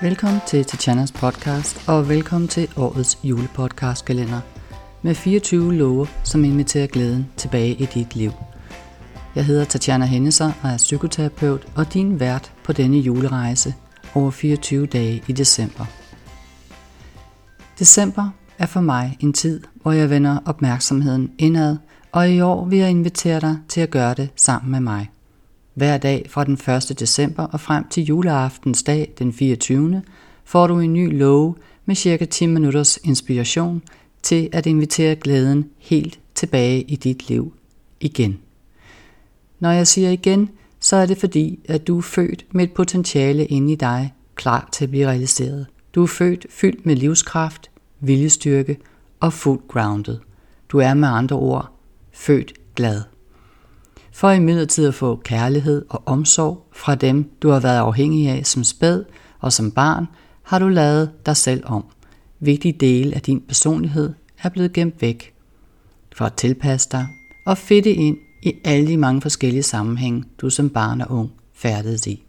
Velkommen til Tatjanas podcast, og velkommen til årets julepodcastkalender med 24 love, som inviterer glæden tilbage i dit liv. Jeg hedder Tatjana Henneser og er psykoterapeut og din vært på denne julerejse over 24 dage i december. December er for mig en tid, hvor jeg vender opmærksomheden indad, og i år vil jeg invitere dig til at gøre det sammen med mig. Hver dag fra den 1. december og frem til juleaftens dag den 24. får du en ny love med cirka 10 minutters inspiration til at invitere glæden helt tilbage i dit liv igen. Når jeg siger igen, så er det fordi, at du er født med et potentiale inde i dig, klar til at blive realiseret. Du er født fyldt med livskraft, viljestyrke og fuldt grounded. Du er med andre ord født glad. For imidlertid at få kærlighed og omsorg fra dem, du har været afhængig af som spæd og som barn, har du lavet dig selv om. Vigtige dele af din personlighed er blevet gemt væk. For at tilpasse dig og fedte ind i alle de mange forskellige sammenhænge, du som barn og ung færdedes i.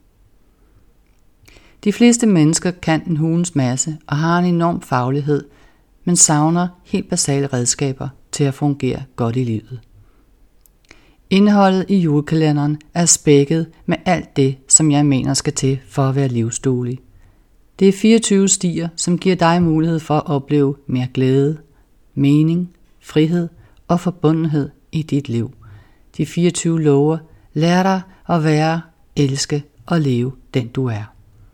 De fleste mennesker kan en hulens masse og har en enorm faglighed, men savner helt basale redskaber til at fungere godt i livet. Indholdet i julekalenderen er spækket med alt det, som jeg mener skal til for at være livsduelig. Det er 24 stier, som giver dig mulighed for at opleve mere glæde, mening, frihed og forbundenhed i dit liv. De 24 lover lærer dig at være, elske og leve den du er.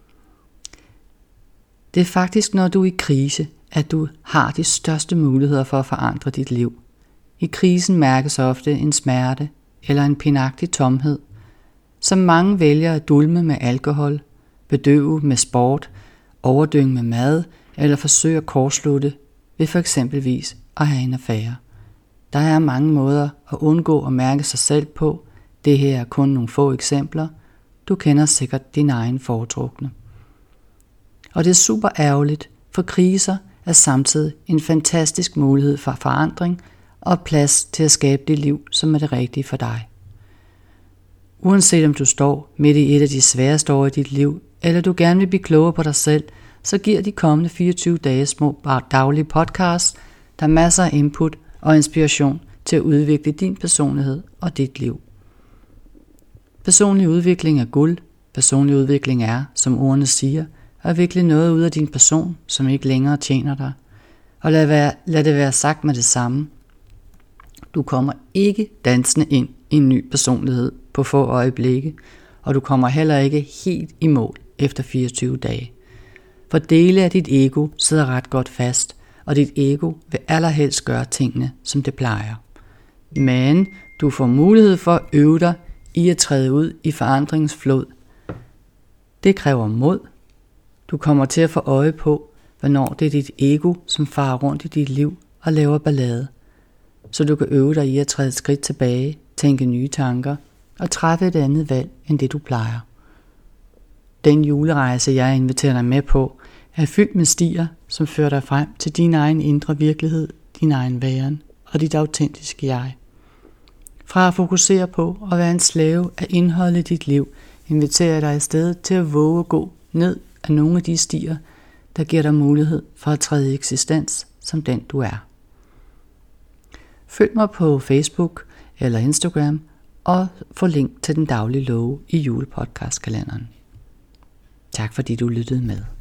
Det er faktisk, når du er i krise, at du har de største muligheder for at forandre dit liv. I krisen mærkes ofte en smerte eller en pinagtig tomhed, som mange vælger at dulme med alkohol, bedøve med sport, overdynge med mad eller forsøge at kortslutte ved for eksempelvis at have en affære. Der er mange måder at undgå at mærke sig selv på. Det her er kun nogle få eksempler. Du kender sikkert din egen foretrukne. Og det er super ærgerligt, for kriser er samtidig en fantastisk mulighed for forandring og plads til at skabe det liv, som er det rigtige for dig. Uanset om du står midt i et af de sværeste år i dit liv, eller du gerne vil blive klogere på dig selv, så giver de kommende 24 dage små daglige podcasts, der er masser af input og inspiration til at udvikle din personlighed og dit liv. Personlig udvikling er guld. Personlig udvikling er, som ordene siger, at vikle noget ud af din person, som ikke længere tjener dig. Og lad det være sagt med det samme. Du kommer ikke dansende ind i en ny personlighed på få øjeblikke, og du kommer heller ikke helt i mål efter 24 dage. For dele af dit ego sidder ret godt fast, og dit ego vil allerhelst gøre tingene, som det plejer. Men du får mulighed for at øve dig i at træde ud i forandringens flod. Det kræver mod. Du kommer til at få øje på, hvornår det er dit ego, som farer rundt i dit liv og laver ballade. Så du kan øve dig i at træde et skridt tilbage, tænke nye tanker og træffe et andet valg end det du plejer. Den julerejse, jeg inviterer dig med på, er fyldt med stier, som fører dig frem til din egen indre virkelighed, din egen væren og dit autentiske jeg. Fra at fokusere på at være en slave af indholdet i dit liv, inviterer jeg dig i stedet til at våge at gå ned af nogle af de stier, der giver dig mulighed for at træde i eksistens som den du er. Følg mig på Facebook eller Instagram og få link til den daglige love i julepodcastkalenderen. Tak fordi du lyttede med.